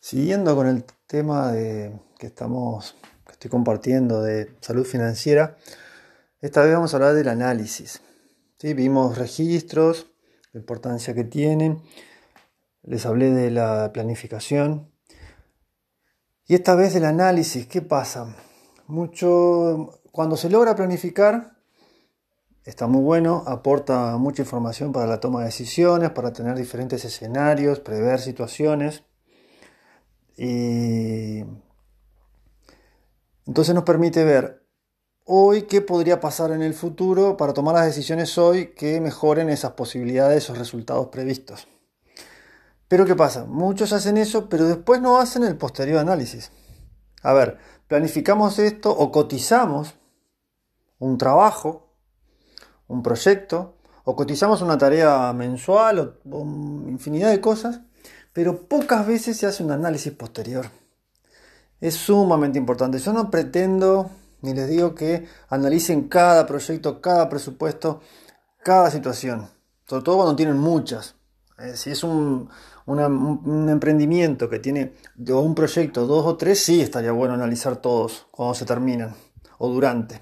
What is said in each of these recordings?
Siguiendo con el tema que estoy compartiendo de salud financiera, esta vez vamos a hablar del análisis. ¿Sí? Vimos registros, la importancia que tienen, les hablé de la planificación y esta vez del análisis. ¿Qué pasa? Cuando se logra planificar, está muy bueno, aporta mucha información para la toma de decisiones, para tener diferentes escenarios, prever situaciones. Y entonces nos permite ver hoy qué podría pasar en el futuro para tomar las decisiones hoy que mejoren esas posibilidades, esos resultados previstos. Pero ¿qué pasa? Muchos hacen eso, pero después no hacen el posterior análisis. A ver, planificamos esto o cotizamos un trabajo, un proyecto, o cotizamos una tarea mensual o infinidad de cosas, pero pocas veces se hace un análisis posterior. Es sumamente importante. Yo no pretendo ni les digo que analicen cada proyecto, cada presupuesto, cada situación, sobre todo cuando tienen muchas. Si es un emprendimiento que tiene o un proyecto, 2 o 3, sí estaría bueno analizar todos cuando se terminan o durante.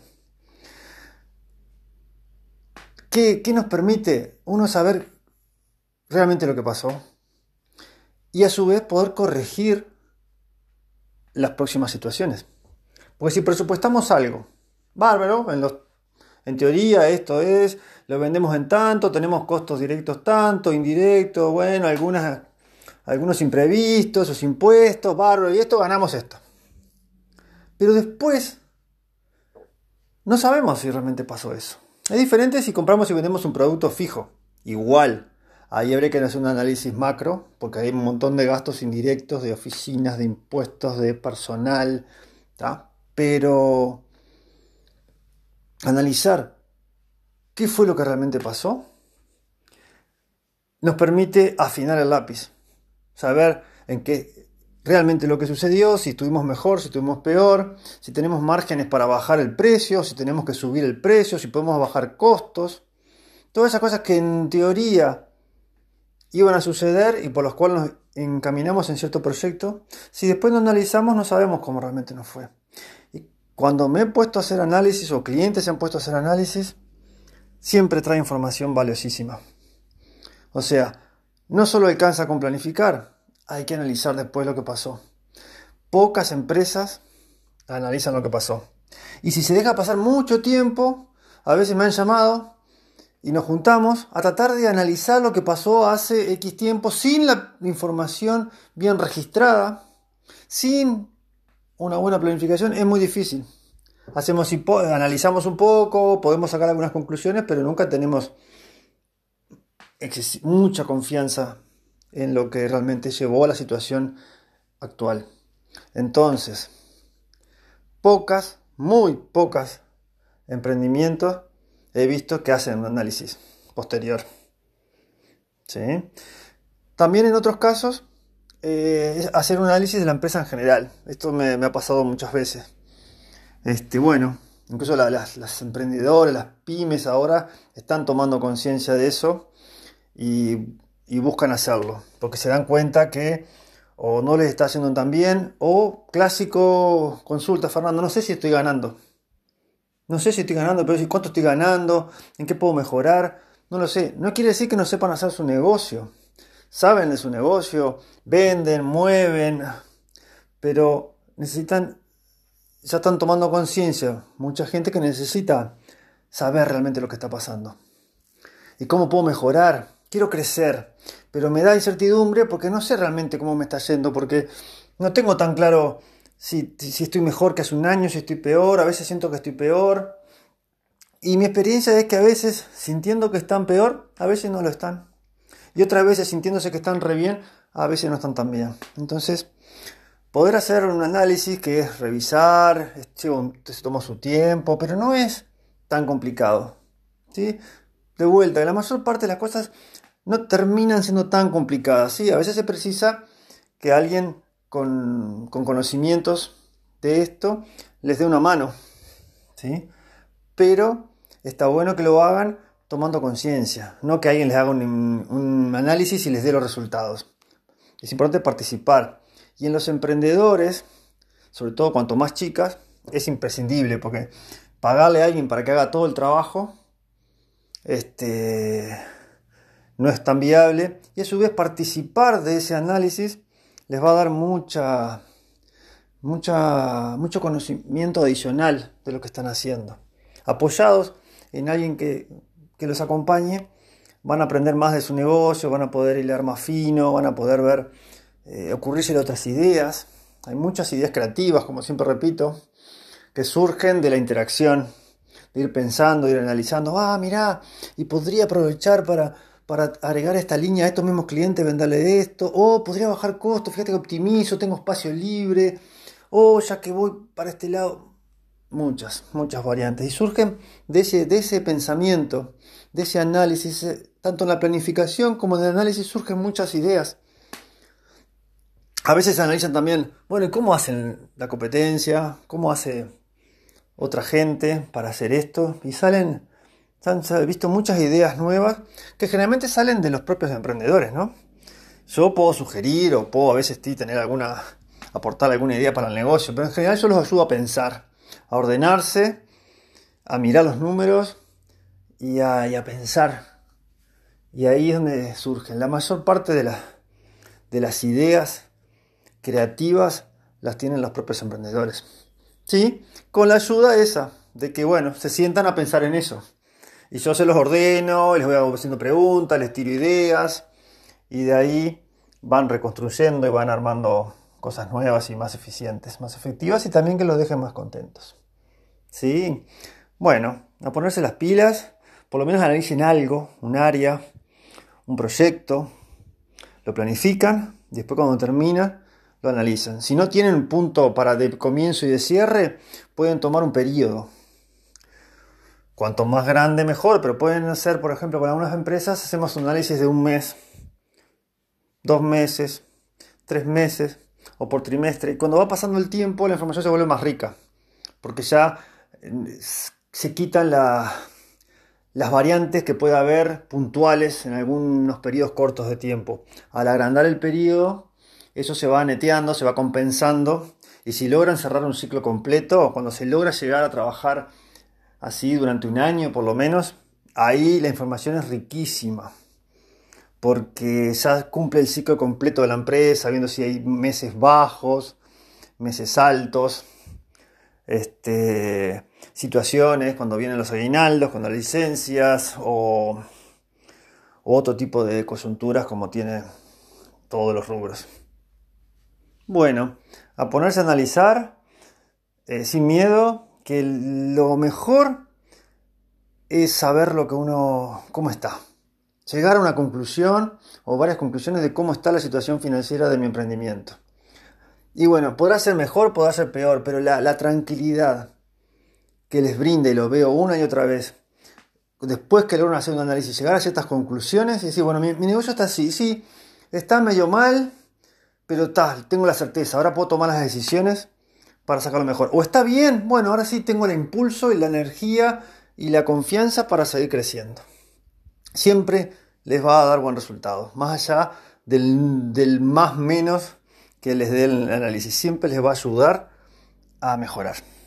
¿Qué nos permite uno saber realmente lo que pasó? Y a su vez poder corregir las próximas situaciones. Porque si presupuestamos algo, bárbaro, en teoría esto es, lo vendemos en tanto, tenemos costos directos tanto, indirectos, bueno, algunos imprevistos, esos impuestos, bárbaro, y esto ganamos esto. Pero después no sabemos si realmente pasó eso. Es diferente si compramos y vendemos un producto fijo, igual. Ahí habría que hacer un análisis macro, porque hay un montón de gastos indirectos, de oficinas, de impuestos, de personal, ¿tá? Pero analizar qué fue lo que realmente pasó nos permite afinar el lápiz, saber en qué realmente lo que sucedió, si estuvimos mejor, si estuvimos peor, si tenemos márgenes para bajar el precio, si tenemos que subir el precio, si podemos bajar costos, todas esas cosas que en teoría iban a suceder y por las cuales nos encaminamos en cierto proyecto, si después lo analizamos no sabemos cómo realmente nos fue. Y cuando me he puesto a hacer análisis o clientes se han puesto a hacer análisis, siempre trae información valiosísima. O sea, no solo alcanza con planificar, hay que analizar después lo que pasó. Pocas empresas analizan lo que pasó. Y si se deja pasar mucho tiempo, a veces me han llamado y nos juntamos a tratar de analizar lo que pasó hace X tiempo sin la información bien registrada, sin una buena planificación, es muy difícil. Analizamos un poco, podemos sacar algunas conclusiones, pero nunca tenemos mucha confianza en lo que realmente llevó a la situación actual. Entonces, muy pocas emprendimientos he visto que hacen un análisis posterior. ¿Sí? También en otros casos, hacer un análisis de la empresa en general. Esto me ha pasado muchas veces. Bueno, incluso las emprendedoras, las pymes ahora están tomando conciencia de eso y buscan hacerlo, porque se dan cuenta que o no les está haciendo tan bien, o clásico consulta, Fernando, no sé si estoy ganando. No sé si estoy ganando, pero cuánto estoy ganando, en qué puedo mejorar, no lo sé. No quiere decir que no sepan hacer su negocio. Saben de su negocio, venden, mueven, pero ya están tomando conciencia. Mucha gente que necesita saber realmente lo que está pasando. ¿Y cómo puedo mejorar? Quiero crecer, pero me da incertidumbre porque no sé realmente cómo me está yendo, porque no tengo tan claro si estoy mejor que hace un año, si estoy peor, a veces siento que estoy peor. Y mi experiencia es que a veces, sintiendo que están peor, a veces no lo están. Y otras veces, sintiéndose que están re bien, a veces no están tan bien. Entonces, poder hacer un análisis que es revisar, se toma su tiempo, pero no es tan complicado. ¿Sí? De vuelta, la mayor parte de las cosas no terminan siendo tan complicadas. ¿Sí? A veces se precisa que alguien con conocimientos de esto les dé una mano, ¿sí? Pero está bueno que lo hagan tomando conciencia, no que alguien les haga un análisis y les dé los resultados. Es importante participar Y en los emprendedores, sobre todo cuanto más chicas, es imprescindible porque pagarle a alguien para que haga todo el trabajo no es tan viable, y a su vez participar de ese análisis les va a dar mucho conocimiento adicional de lo que están haciendo. Apoyados en alguien que los acompañe, van a aprender más de su negocio, van a poder hilar más fino, van a poder ver, ocurrirse otras ideas. Hay muchas ideas creativas, como siempre repito, que surgen de la interacción, de ir pensando, de ir analizando. Mirá, y podría aprovechar para agregar esta línea a estos mismos clientes, venderle esto, o podría bajar costos, fíjate que optimizo, tengo espacio libre, o ya que voy para este lado, muchas variantes, y surgen de ese pensamiento, de ese análisis, tanto en la planificación como en el análisis surgen muchas ideas. A veces se analizan también, bueno, ¿cómo hacen la competencia? ¿Cómo hace otra gente para hacer esto? Y he visto muchas ideas nuevas que generalmente salen de los propios emprendedores, ¿no? Yo puedo sugerir o puedo a veces aportar alguna idea para el negocio, pero en general yo los ayudo a pensar, a ordenarse, a mirar los números y a pensar. Y ahí es donde surgen. La mayor parte de las ideas creativas las tienen los propios emprendedores. ¿Sí? Con la ayuda esa, de que se sientan a pensar en eso. Y yo se los ordeno, les voy haciendo preguntas, les tiro ideas, y de ahí van reconstruyendo y van armando cosas nuevas y más eficientes, más efectivas, y también que los dejen más contentos. ¿Sí? Bueno, a ponerse las pilas, por lo menos analicen algo, un área, un proyecto, lo planifican, y después cuando termina, lo analizan. Si no tienen un punto para de comienzo y de cierre, pueden tomar un periodo. Cuanto más grande mejor, pero pueden hacer, por ejemplo, con algunas empresas hacemos un análisis de 1 mes, 2 meses, 3 meses o por trimestre. Y cuando va pasando el tiempo, la información se vuelve más rica, porque ya se quitan las variantes que pueda haber puntuales en algunos periodos cortos de tiempo. Al agrandar el periodo, eso se va neteando, se va compensando, y si logran cerrar un ciclo completo, cuando se logra llegar a trabajar así durante 1 año por lo menos, ahí la información es riquísima, porque ya cumple el ciclo completo de la empresa, viendo si hay meses bajos, meses altos, situaciones cuando vienen los aguinaldos, cuando las licencias o otro tipo de coyunturas como tiene todos los rubros. Bueno, a ponerse a analizar sin miedo, que lo mejor es saber cómo está. Llegar a una conclusión o varias conclusiones de cómo está la situación financiera de mi emprendimiento. Y podrá ser mejor, podrá ser peor, pero la tranquilidad que les brinda, y lo veo una y otra vez, después que logran hacer un análisis, llegar a ciertas conclusiones y decir, mi negocio está así, sí, está medio mal, pero tengo la certeza, ahora puedo tomar las decisiones para sacarlo mejor. O está bien, ahora sí tengo el impulso y la energía y la confianza para seguir creciendo. Siempre les va a dar buen resultado, más allá del más menos que les dé el análisis. Siempre les va a ayudar a mejorar.